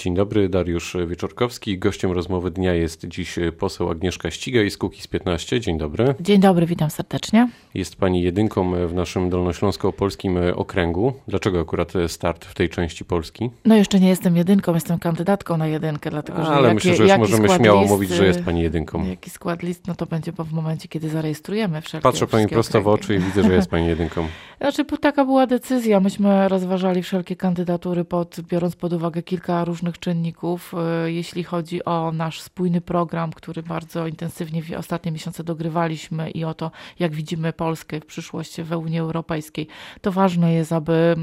Dzień dobry, Dariusz Wieczorkowski. Gościem rozmowy dnia jest dziś poseł Agnieszka Ścigaj z Kukiz15. Dzień dobry. Dzień dobry, witam serdecznie. Jest pani jedynką w naszym dolnośląsko-opolskim okręgu. Dlaczego akurat start w tej części Polski? No jeszcze nie jestem jedynką, jestem kandydatką na jedynkę, dlatego że ale myślę, że już możemy śmiało mówić, że jest pani jedynką. Jaki skład list, no to będzie w momencie, kiedy zarejestrujemy wszelkie Patrzę pani prosto okręgi. w oczy i widzę, że jest pani jedynką. Znaczy, taka była decyzja. Myśmy rozważali wszelkie kandydatury, biorąc pod uwagę kilka różnych czynników. Jeśli chodzi o nasz spójny program, który bardzo intensywnie w ostatnie miesiące dogrywaliśmy i o to, jak widzimy Polskę w przyszłości w Unii Europejskiej, to ważne jest, aby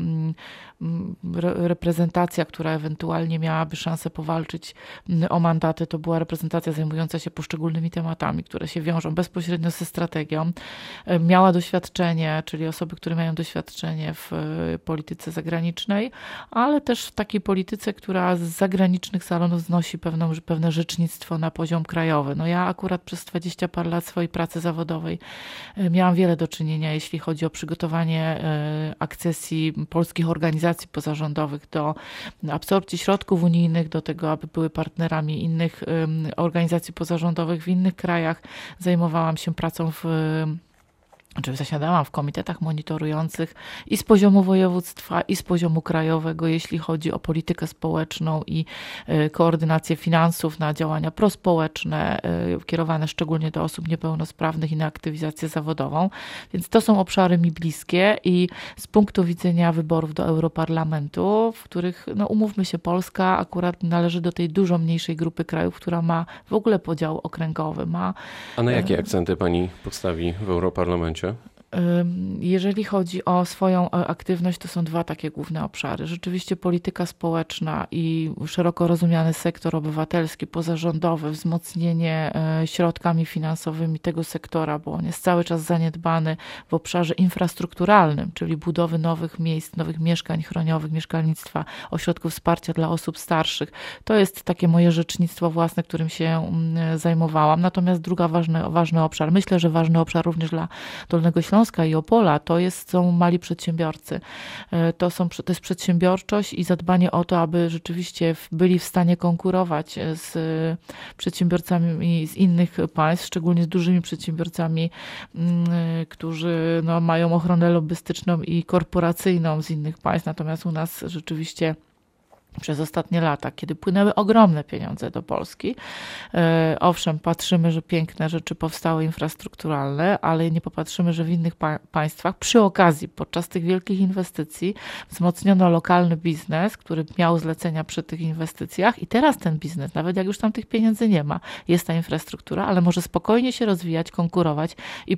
reprezentacja, która ewentualnie miałaby szansę powalczyć o mandaty, to była reprezentacja zajmująca się poszczególnymi tematami, które się wiążą bezpośrednio ze strategią. Miała doświadczenie, czyli osoby, które mają doświadczenie w polityce zagranicznej, ale też w takiej polityce, która z zagranicznych salonów znosi pewne rzecznictwo na poziom krajowy. No ja akurat przez 20 parę lat swojej pracy zawodowej miałam wiele do czynienia, jeśli chodzi o przygotowanie akcesji polskich organizacji pozarządowych do absorpcji środków unijnych, do tego, aby były partnerami innych organizacji pozarządowych w innych krajach. Zajmowałam się pracą zasiadałam w komitetach monitorujących i z poziomu województwa, i z poziomu krajowego, jeśli chodzi o politykę społeczną i koordynację finansów na działania prospołeczne, kierowane szczególnie do osób niepełnosprawnych i na aktywizację zawodową. Więc to są obszary mi bliskie i z punktu widzenia wyborów do Europarlamentu, w których, no umówmy się, Polska akurat należy do tej dużo mniejszej grupy krajów, która ma w ogóle podział okręgowy. A na jakie akcenty pani postawi w Europarlamencie? Jeżeli chodzi o swoją aktywność, to są dwa takie główne obszary. Rzeczywiście polityka społeczna i szeroko rozumiany sektor obywatelski, pozarządowy, wzmocnienie środkami finansowymi tego sektora, bo on jest cały czas zaniedbany w obszarze infrastrukturalnym, czyli budowy nowych miejsc, nowych mieszkań chroniowych, mieszkalnictwa, ośrodków wsparcia dla osób starszych. To jest takie moje rzecznictwo własne, którym się zajmowałam. Natomiast druga ważny obszar, myślę, że ważny obszar również dla Dolnego Śląska i Opola, są mali przedsiębiorcy. To jest przedsiębiorczość i zadbanie o to, aby rzeczywiście byli w stanie konkurować z przedsiębiorcami z innych państw, szczególnie z dużymi przedsiębiorcami, którzy mają ochronę lobbystyczną i korporacyjną z innych państw. Natomiast u nas rzeczywiście przez ostatnie lata, kiedy płynęły ogromne pieniądze do Polski. Owszem, patrzymy, że piękne rzeczy powstały infrastrukturalne, ale nie popatrzymy, że w innych państwach przy okazji, podczas tych wielkich inwestycji wzmocniono lokalny biznes, który miał zlecenia przy tych inwestycjach i teraz ten biznes, nawet jak już tam tych pieniędzy nie ma, jest ta infrastruktura, ale może spokojnie się rozwijać, konkurować i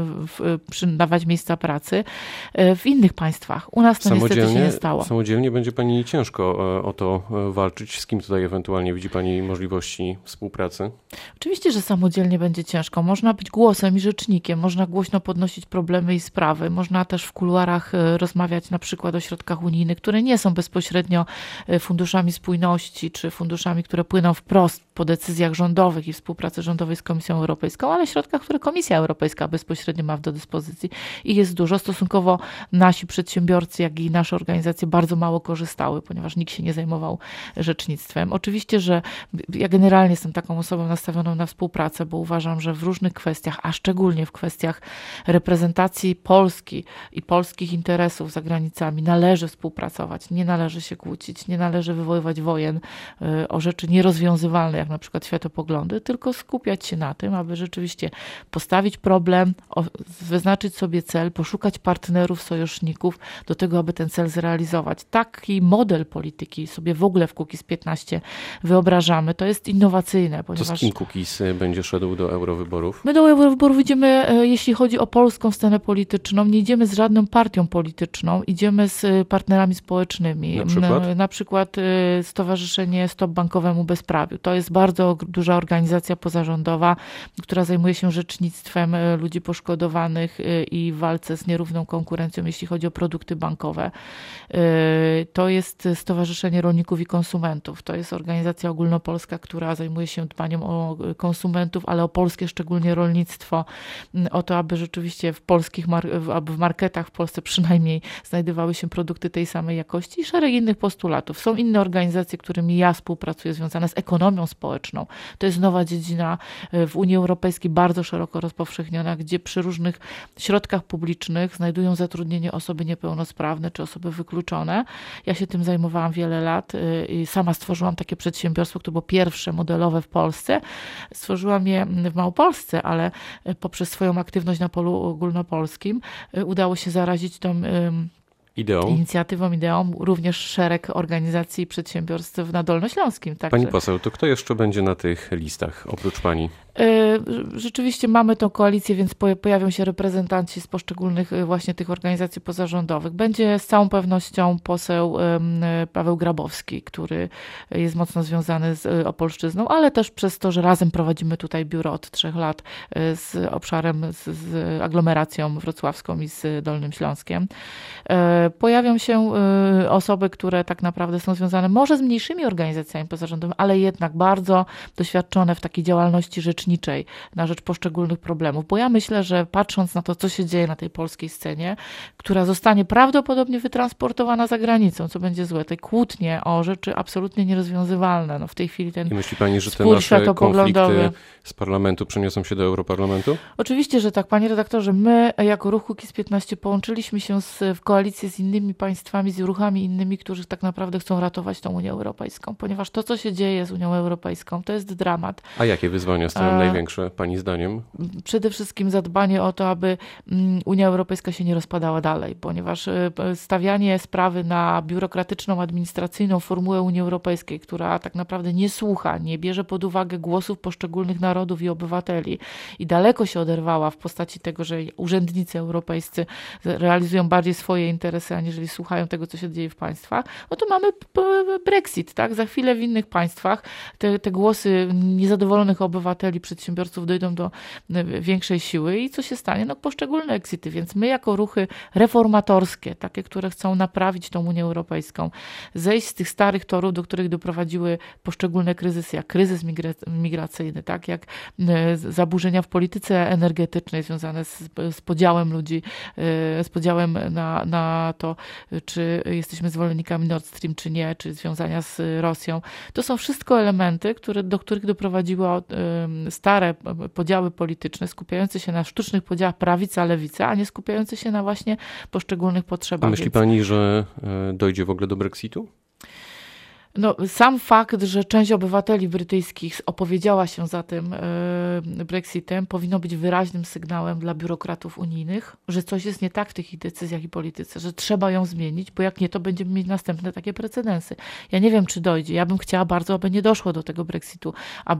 dawać miejsca pracy w innych państwach. U nas to niestety się nie stało. Samodzielnie będzie pani ciężko o to walczyć? Z kim tutaj ewentualnie widzi pani możliwości współpracy? Oczywiście, że samodzielnie będzie ciężko. Można być głosem i rzecznikiem, można głośno podnosić problemy i sprawy, można też w kuluarach rozmawiać na przykład o środkach unijnych, które nie są bezpośrednio funduszami spójności, czy funduszami, które płyną wprost po decyzjach rządowych i współpracy rządowej z Komisją Europejską, ale środkach, które Komisja Europejska bezpośrednio ma do dyspozycji i jest dużo. Stosunkowo nasi przedsiębiorcy, jak i nasze organizacje bardzo mało korzystały, ponieważ nikt się nie zajmował rzecznictwem. Oczywiście, że ja generalnie jestem taką osobą nastawioną na współpracę, bo uważam, że w różnych kwestiach, a szczególnie w kwestiach reprezentacji Polski i polskich interesów za granicami należy współpracować, nie należy się kłócić, nie należy wywoływać wojen o rzeczy nierozwiązywalne, jak na przykład światopoglądy, tylko skupiać się na tym, aby rzeczywiście postawić problem, wyznaczyć sobie cel, poszukać partnerów, sojuszników do tego, aby ten cel zrealizować. Taki model polityki sobie w ogóle w Kukiz15 wyobrażamy. To jest innowacyjne, ponieważ... To z kim Kukiz będzie szedł do eurowyborów? My do eurowyborów idziemy, jeśli chodzi o polską scenę polityczną, nie idziemy z żadną partią polityczną, idziemy z partnerami społecznymi. Na przykład Stowarzyszenie Stop Bankowemu Bezprawiu. To jest bardzo duża organizacja pozarządowa, która zajmuje się rzecznictwem ludzi poszkodowanych i w walce z nierówną konkurencją, jeśli chodzi o produkty bankowe. To jest stowarzyszenie Stowarzyszenie Rolników i Konsumentów. To jest organizacja ogólnopolska, która zajmuje się dbaniem o konsumentów, ale o polskie szczególnie rolnictwo, o to, aby rzeczywiście aby w marketach w Polsce przynajmniej znajdowały się produkty tej samej jakości i szereg innych postulatów. Są inne organizacje, którymi ja współpracuję, związane z ekonomią społeczną. To jest nowa dziedzina w Unii Europejskiej bardzo szeroko rozpowszechniona, gdzie przy różnych środkach publicznych znajdują zatrudnienie osoby niepełnosprawne czy osoby wykluczone. Ja się tym zajmowałam wiele lat i sama stworzyłam takie przedsiębiorstwo, które było pierwsze modelowe w Polsce. Stworzyłam je w Małopolsce, ale poprzez swoją aktywność na polu ogólnopolskim udało się zarazić tą inicjatywą, ideą również szereg organizacji i przedsiębiorstw na Dolnośląskim. Także. Pani poseł, to kto jeszcze będzie na tych listach oprócz pani? Rzeczywiście mamy tą koalicję, więc pojawią się reprezentanci z poszczególnych właśnie tych organizacji pozarządowych. Będzie z całą pewnością poseł Paweł Grabowski, który jest mocno związany z Opolszczyzną, ale też przez to, że razem prowadzimy tutaj biuro od 3 lat z obszarem, z aglomeracją wrocławską i z Dolnym Śląskiem. Pojawią się osoby, które tak naprawdę są związane może z mniejszymi organizacjami pozarządowymi, ale jednak bardzo doświadczone w takiej działalności rzeczniczej na rzecz poszczególnych problemów. Bo ja myślę, że patrząc na to, co się dzieje na tej polskiej scenie, która zostanie prawdopodobnie wytransportowana za granicą, co będzie złe, te kłótnie o rzeczy absolutnie nierozwiązywalne. No w tej chwili ten I myśli pani, że te nasze konflikty z parlamentu przeniosą się do Europarlamentu? Oczywiście, że tak. Panie redaktorze, my jako Ruch Kukiz15 połączyliśmy się w koalicję z innymi państwami, z ruchami innymi, którzy tak naprawdę chcą ratować tą Unię Europejską, ponieważ to, co się dzieje z Unią Europejską, to jest dramat. A jakie wyzwania stoją największe, pani zdaniem? Przede wszystkim zadbanie o to, aby Unia Europejska się nie rozpadała dalej, ponieważ stawianie sprawy na biurokratyczną, administracyjną formułę Unii Europejskiej, która tak naprawdę nie słucha, nie bierze pod uwagę głosów poszczególnych narodów i obywateli i daleko się oderwała w postaci tego, że urzędnicy europejscy realizują bardziej swoje interesy, aniżeli słuchają tego, co się dzieje w państwach, no to mamy Brexit, tak? Za chwilę w innych państwach te głosy niezadowolonych obywateli, przedsiębiorców dojdą do większej siły i co się stanie? No poszczególne exity, więc my jako ruchy reformatorskie, takie, które chcą naprawić tą Unię Europejską, zejść z tych starych torów, do których doprowadziły poszczególne kryzysy, jak kryzys migracyjny, tak? Jak zaburzenia w polityce energetycznej związane z podziałem ludzi, z podziałem na to, czy jesteśmy zwolennikami Nord Stream, czy nie, czy związania z Rosją. To są wszystko elementy, do których doprowadziły stare podziały polityczne, skupiające się na sztucznych podziałach prawica-lewica, a nie skupiające się na właśnie poszczególnych potrzebach. A myśli pani, że dojdzie w ogóle do Brexitu? No, sam fakt, że część obywateli brytyjskich opowiedziała się za tym Brexitem, powinno być wyraźnym sygnałem dla biurokratów unijnych, że coś jest nie tak w tych ich decyzjach i polityce, że trzeba ją zmienić, bo jak nie, to będziemy mieć następne takie precedensy. Ja nie wiem, czy dojdzie. Ja bym chciała bardzo, aby nie doszło do tego Brexitu,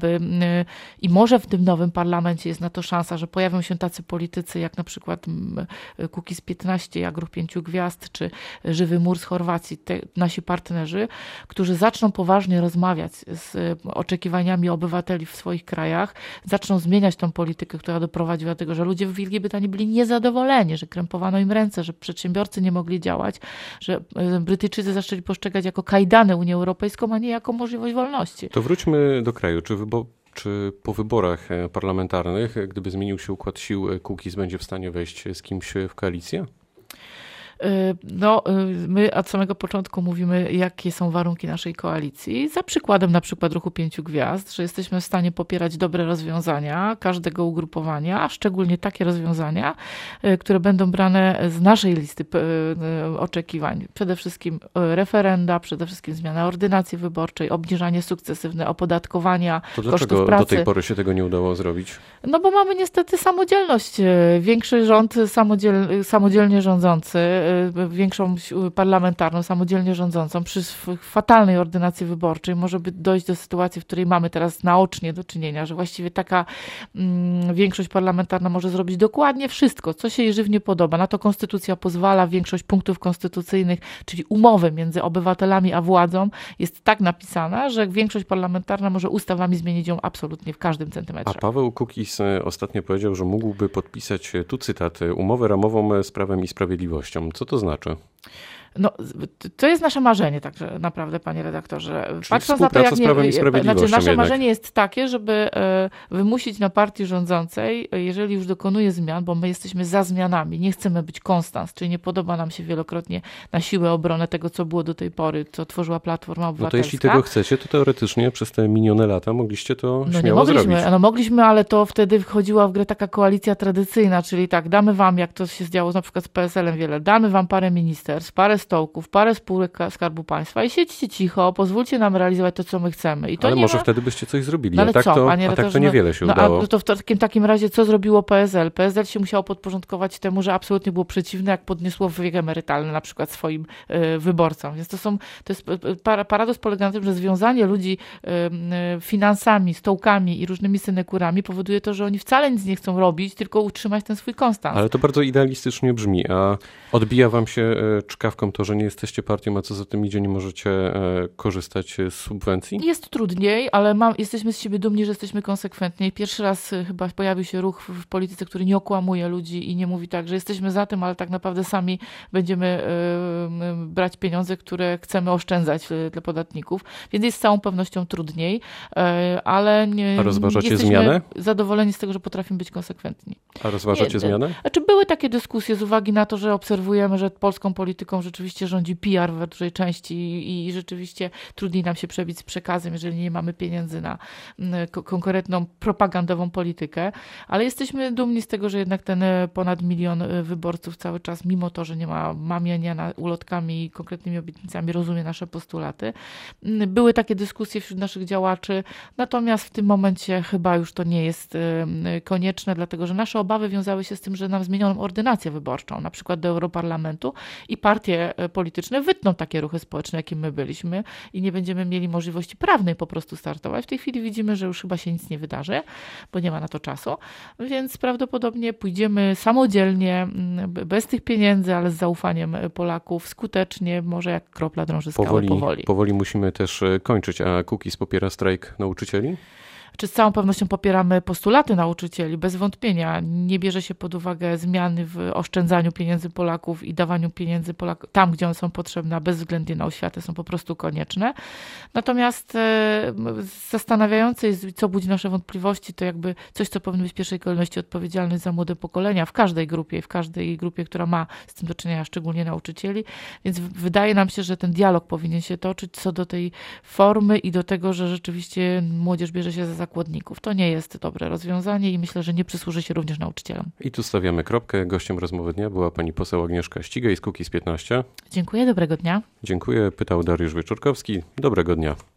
i może w tym nowym parlamencie jest na to szansa, że pojawią się tacy politycy, jak na przykład Kukiz15, jak Ruch Pięciu Gwiazd, czy Żywy Mur z Chorwacji, nasi partnerzy, którzy zaczną poważnie rozmawiać z oczekiwaniami obywateli w swoich krajach, zaczną zmieniać tą politykę, która doprowadziła do tego, że ludzie w Wielkiej Brytanii byli niezadowoleni, że krępowano im ręce, że przedsiębiorcy nie mogli działać, że Brytyjczycy zaczęli postrzegać jako kajdany Unię Europejską, a nie jako możliwość wolności. To wróćmy do kraju. Czy po wyborach parlamentarnych, gdyby zmienił się układ sił, Kukiz będzie w stanie wejść z kimś w koalicję? No, my od samego początku mówimy, jakie są warunki naszej koalicji. Za przykładem na przykład Ruchu Pięciu Gwiazd, że jesteśmy w stanie popierać dobre rozwiązania każdego ugrupowania, a szczególnie takie rozwiązania, które będą brane z naszej listy oczekiwań. Przede wszystkim referenda, przede wszystkim zmiana ordynacji wyborczej, obniżanie sukcesywne opodatkowania kosztów pracy. To dlaczego do tej pory się tego nie udało zrobić? No bo mamy niestety samodzielność. Większy rząd samodzielnie rządzący, większość parlamentarną, samodzielnie rządzącą, przy fatalnej ordynacji wyborczej może dojść do sytuacji, w której mamy teraz naocznie do czynienia, że właściwie taka większość parlamentarna może zrobić dokładnie wszystko, co się jej żywnie podoba. Na to konstytucja pozwala, większość punktów konstytucyjnych, czyli umowy między obywatelami a władzą jest tak napisana, że większość parlamentarna może ustawami zmienić ją absolutnie w każdym centymetrze. A Paweł Kukiz ostatnio powiedział, że mógłby podpisać, tu cytat, umowę ramową z Prawem i Sprawiedliwością. Co to znaczy? No, to jest nasze marzenie, także naprawdę, panie redaktorze. Czyli Patrząc na to, jak z Prawem i Sprawiedliwością nasze jednak. marzenie jest takie, żeby wymusić na partii rządzącej, jeżeli już dokonuje zmian, bo my jesteśmy za zmianami, nie chcemy być konstans, czyli nie podoba nam się wielokrotnie na siłę obronę tego, co było do tej pory, co tworzyła Platforma Obywatelska. No to jeśli tego chcecie, to teoretycznie przez te minione lata mogliście to No śmiało nie zrobić. mogliśmy, ale to wtedy wchodziła w grę taka koalicja tradycyjna, czyli tak, damy wam, jak to się działo na przykład z PSL-em wiele, damy wam parę ministerstw, parę stołków, parę spółek Skarbu Państwa i siedźcie cicho, pozwólcie nam realizować to, co my chcemy. I to Ale nie może ma... wtedy byście coś zrobili, No ale a tak co, to, panie a tak to redaktorze, niewiele się udało. A to w takim razie co zrobiło PSL? PSL się musiało podporządkować temu, że absolutnie było przeciwne, jak podniosło wiek emerytalny na przykład swoim wyborcom. Więc to jest paradoks polega na tym, że związanie ludzi finansami, stołkami i różnymi synekurami powoduje to, że oni wcale nic nie chcą robić, tylko utrzymać ten swój konstans. Ale to bardzo idealistycznie brzmi, a odbija wam się czkawką to, że nie jesteście partią, a co za tym idzie, nie możecie korzystać z subwencji? Jest trudniej, ale jesteśmy z siebie dumni, że jesteśmy konsekwentni. Pierwszy raz chyba pojawił się ruch w polityce, który nie okłamuje ludzi i nie mówi tak, że jesteśmy za tym, ale tak naprawdę sami będziemy brać pieniądze, które chcemy oszczędzać dla podatników, więc jest z całą pewnością trudniej, ale A rozważacie jesteśmy zmianę? zadowoleni z tego, że potrafimy być konsekwentni. A rozważacie zmianę? Znaczy były takie dyskusje z uwagi na to, że obserwujemy, że polską polityką rzeczywiście rządzi PR w dużej części i rzeczywiście trudniej nam się przebić z przekazem, jeżeli nie mamy pieniędzy na konkretną propagandową politykę, ale jesteśmy dumni z tego, że jednak ten ponad 1 milion wyborców cały czas, mimo to, że nie ma mamienia ulotkami i konkretnymi obietnicami, rozumie nasze postulaty. Były takie dyskusje wśród naszych działaczy, natomiast w tym momencie chyba już to nie jest konieczne, dlatego że nasze obawy wiązały się z tym, że nam zmieniono ordynację wyborczą, na przykład do Europarlamentu i partie polityczne wytną takie ruchy społeczne, jakim my byliśmy i nie będziemy mieli możliwości prawnej po prostu startować. W tej chwili widzimy, że już chyba się nic nie wydarzy, bo nie ma na to czasu, więc prawdopodobnie pójdziemy samodzielnie, bez tych pieniędzy, ale z zaufaniem Polaków, skutecznie, może jak kropla drąży skałę, powoli. Powoli musimy też kończyć, a Kukiz popiera strajk nauczycieli? Czy z całą pewnością popieramy postulaty nauczycieli? Bez wątpienia. Nie bierze się pod uwagę zmiany w oszczędzaniu pieniędzy Polaków i dawaniu pieniędzy Polakom tam, gdzie one są potrzebne, a bezwzględnie na oświatę są po prostu konieczne. Natomiast zastanawiające jest, co budzi nasze wątpliwości, to jakby coś, co powinno być w pierwszej kolejności odpowiedzialność za młode pokolenia w każdej grupie, która ma z tym do czynienia, szczególnie nauczycieli. Więc wydaje nam się, że ten dialog powinien się toczyć co do tej formy i do tego, że rzeczywiście młodzież bierze się za zakładników. To nie jest dobre rozwiązanie i myślę, że nie przysłuży się również nauczycielom. I tu stawiamy kropkę. Gościem rozmowy dnia była pani poseł Agnieszka Ścigaj z Kukiz 15. Dziękuję, dobrego dnia. Dziękuję. Pytał Dariusz Wieczorkowski. Dobrego dnia.